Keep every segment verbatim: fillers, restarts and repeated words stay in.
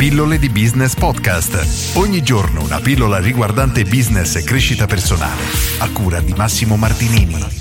Pillole di Business Podcast. Ogni giorno una pillola riguardante business e crescita personale. A cura di Massimo Martinini.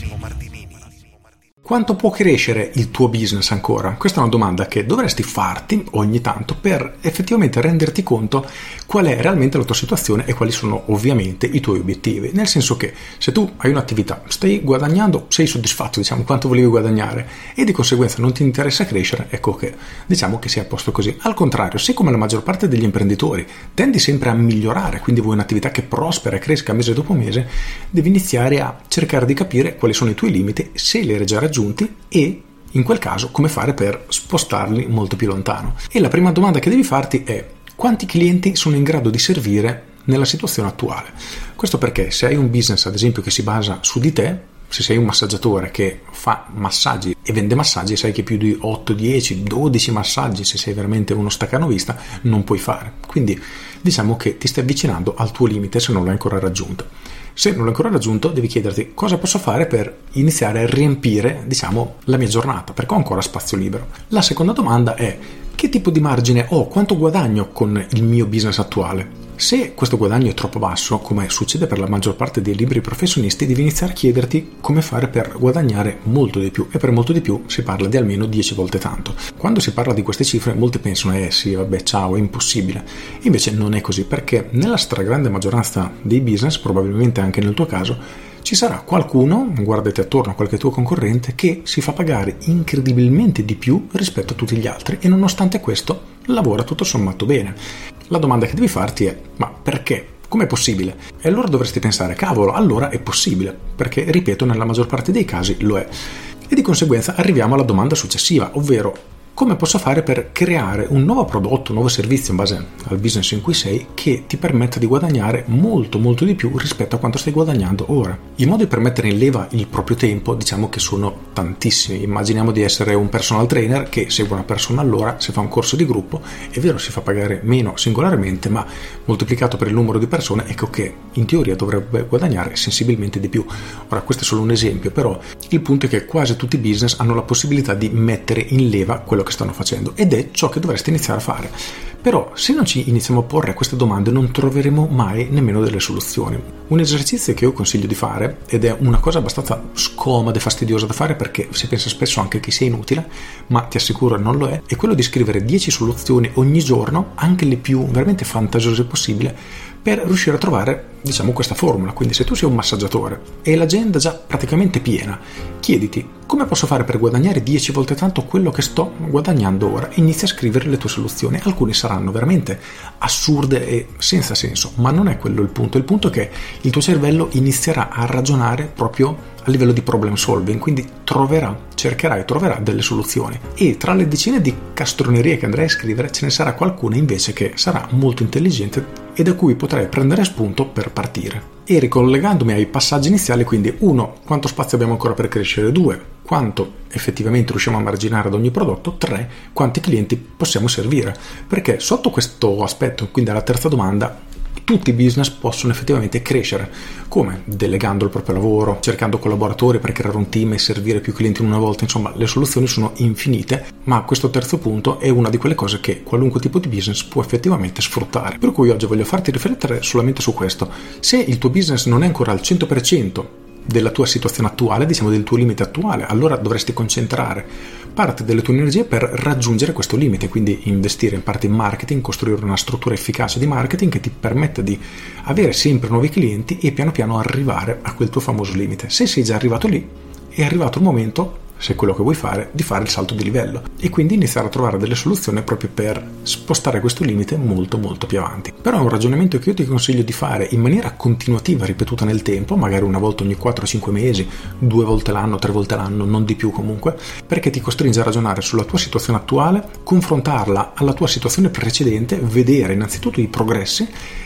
Quanto può crescere il tuo business ancora? Questa è una domanda che dovresti farti ogni tanto per effettivamente renderti conto qual è realmente la tua situazione e quali sono ovviamente i tuoi obiettivi. Nel senso che se tu hai un'attività, stai guadagnando, sei soddisfatto, diciamo, quanto volevi guadagnare e di conseguenza non ti interessa crescere, ecco che diciamo che sei a posto così. Al contrario, se come la maggior parte degli imprenditori tendi sempre a migliorare, quindi vuoi un'attività che prospera e cresca mese dopo mese, devi iniziare a cercare di capire quali sono i tuoi limiti, se li hai già raggiunti e in quel caso come fare per spostarli molto più lontano. E la prima domanda che devi farti è: quanti clienti sono in grado di servire nella situazione attuale? Questo perché se hai un business ad esempio che si basa su di te, se sei un massaggiatore che fa massaggi e vende massaggi, sai che più di otto, dieci, dodici massaggi, se sei veramente uno staccanovista, non puoi fare. Quindi diciamo che ti stai avvicinando al tuo limite se non l'hai ancora raggiunto. Se non l'hai ancora raggiunto, devi chiederti cosa posso fare per iniziare a riempire, diciamo, la mia giornata, perché ho ancora spazio libero. La seconda domanda è: che tipo di margine ho? Quanto guadagno con il mio business attuale? Se questo guadagno è troppo basso, come succede per la maggior parte dei liberi professionisti, devi iniziare a chiederti come fare per guadagnare molto di più, e per molto di più si parla di almeno dieci volte tanto. Quando si parla di queste cifre molti pensano eh sì, vabbè, ciao, è impossibile. Invece non è così, perché nella stragrande maggioranza dei business, probabilmente anche nel tuo caso, ci sarà qualcuno, guardati attorno a qualche tuo concorrente, che si fa pagare incredibilmente di più rispetto a tutti gli altri e nonostante questo lavora tutto sommato bene. La domanda che devi farti è: ma perché? Com'è possibile? E allora dovresti pensare: cavolo, allora è possibile, perché, ripeto, nella maggior parte dei casi lo è. E di conseguenza arriviamo alla domanda successiva, ovvero: come posso fare per creare un nuovo prodotto, un nuovo servizio in base al business in cui sei che ti permetta di guadagnare molto molto di più rispetto a quanto stai guadagnando ora? I modi per mettere in leva il proprio tempo diciamo che sono tantissimi. Immaginiamo di essere un personal trainer che segue una persona all'ora, se fa un corso di gruppo, è vero, si fa pagare meno singolarmente, ma moltiplicato per il numero di persone, ecco che in teoria dovrebbe guadagnare sensibilmente di più. Ora, questo è solo un esempio, però il punto è che quasi tutti i business hanno la possibilità di mettere in leva quello che stanno facendo ed è ciò che dovresti iniziare a fare. Però se non ci iniziamo a porre queste domande non troveremo mai nemmeno delle soluzioni. Un esercizio che io consiglio di fare, ed è una cosa abbastanza scomoda e fastidiosa da fare perché si pensa spesso anche che sia inutile, ma ti assicuro non lo è, è quello di scrivere dieci soluzioni ogni giorno, anche le più veramente fantasiose possibile, per riuscire a trovare, diciamo, questa formula. Quindi se tu sei un massaggiatore e l'agenda già praticamente piena, chiediti: come posso fare per guadagnare dieci volte tanto quello che sto guadagnando ora? Inizia a scrivere le tue soluzioni. Alcune saranno veramente assurde e senza senso, ma non è quello il punto. Il punto è che il tuo cervello inizierà a ragionare proprio a livello di problem solving, quindi troverà, cercherà e troverà delle soluzioni. E tra le decine di castronerie che andrai a scrivere ce ne sarà qualcuna invece che sarà molto intelligente e da cui potrai prendere spunto per partire. E ricollegandomi ai passaggi iniziali, quindi uno, quanto spazio abbiamo ancora per crescere? due, quanto effettivamente riusciamo a marginare ad ogni prodotto? tre, quanti clienti possiamo servire? Perché sotto questo aspetto, quindi alla terza domanda, tutti i business possono effettivamente crescere. Come? Delegando il proprio lavoro, cercando collaboratori per creare un team e servire più clienti in una volta. Insomma, le soluzioni sono infinite, ma questo terzo punto è una di quelle cose che qualunque tipo di business può effettivamente sfruttare. Per cui oggi voglio farti riflettere solamente su questo. Se il tuo business non è ancora al cento per cento della tua situazione attuale, diciamo del tuo limite attuale, allora dovresti concentrare parte delle tue energie per raggiungere questo limite, quindi investire in parte in marketing, costruire una struttura efficace di marketing che ti permetta di avere sempre nuovi clienti e piano piano arrivare a quel tuo famoso limite. Se sei già arrivato lì, è arrivato il momento, se è quello che vuoi fare, di fare il salto di livello e quindi iniziare a trovare delle soluzioni proprio per spostare questo limite molto molto più avanti. Però è un ragionamento che io ti consiglio di fare in maniera continuativa, ripetuta nel tempo, magari una volta ogni quattro cinque mesi, due volte l'anno, tre volte l'anno, non di più comunque, perché ti costringe a ragionare sulla tua situazione attuale, confrontarla alla tua situazione precedente, vedere innanzitutto i progressi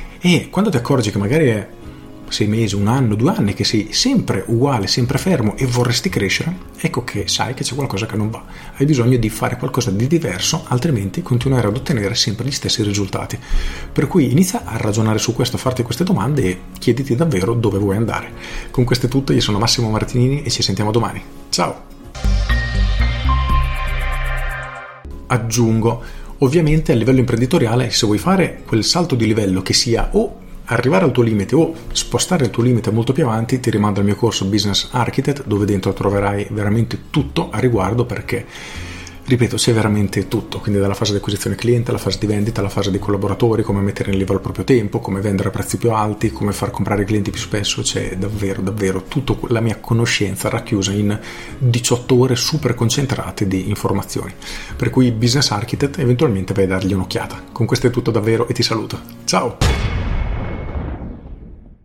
e quando ti accorgi che magari è sei mesi, un anno, due anni che sei sempre uguale, sempre fermo e vorresti crescere, ecco che sai che c'è qualcosa che non va. Hai bisogno di fare qualcosa di diverso, altrimenti continuerai ad ottenere sempre gli stessi risultati. Per cui inizia a ragionare su questo, a farti queste domande e chiediti davvero dove vuoi andare. Con questo è tutto, io sono Massimo Martinini e ci sentiamo domani. Ciao! Aggiungo Ovviamente a livello imprenditoriale, se vuoi fare quel salto di livello che sia o arrivare al tuo limite o spostare il tuo limite molto più avanti, ti rimando al mio corso Business Architect, dove dentro troverai veramente tutto a riguardo, perché ripeto, c'è veramente tutto, quindi dalla fase di acquisizione cliente alla fase di vendita, alla fase dei collaboratori, come mettere in livello il proprio tempo, come vendere a prezzi più alti, come far comprare i clienti più spesso. C'è davvero davvero tutta la mia conoscenza racchiusa in diciotto ore super concentrate di informazioni, per cui Business Architect eventualmente vai a dargli un'occhiata. Con questo è tutto davvero e ti saluto, ciao!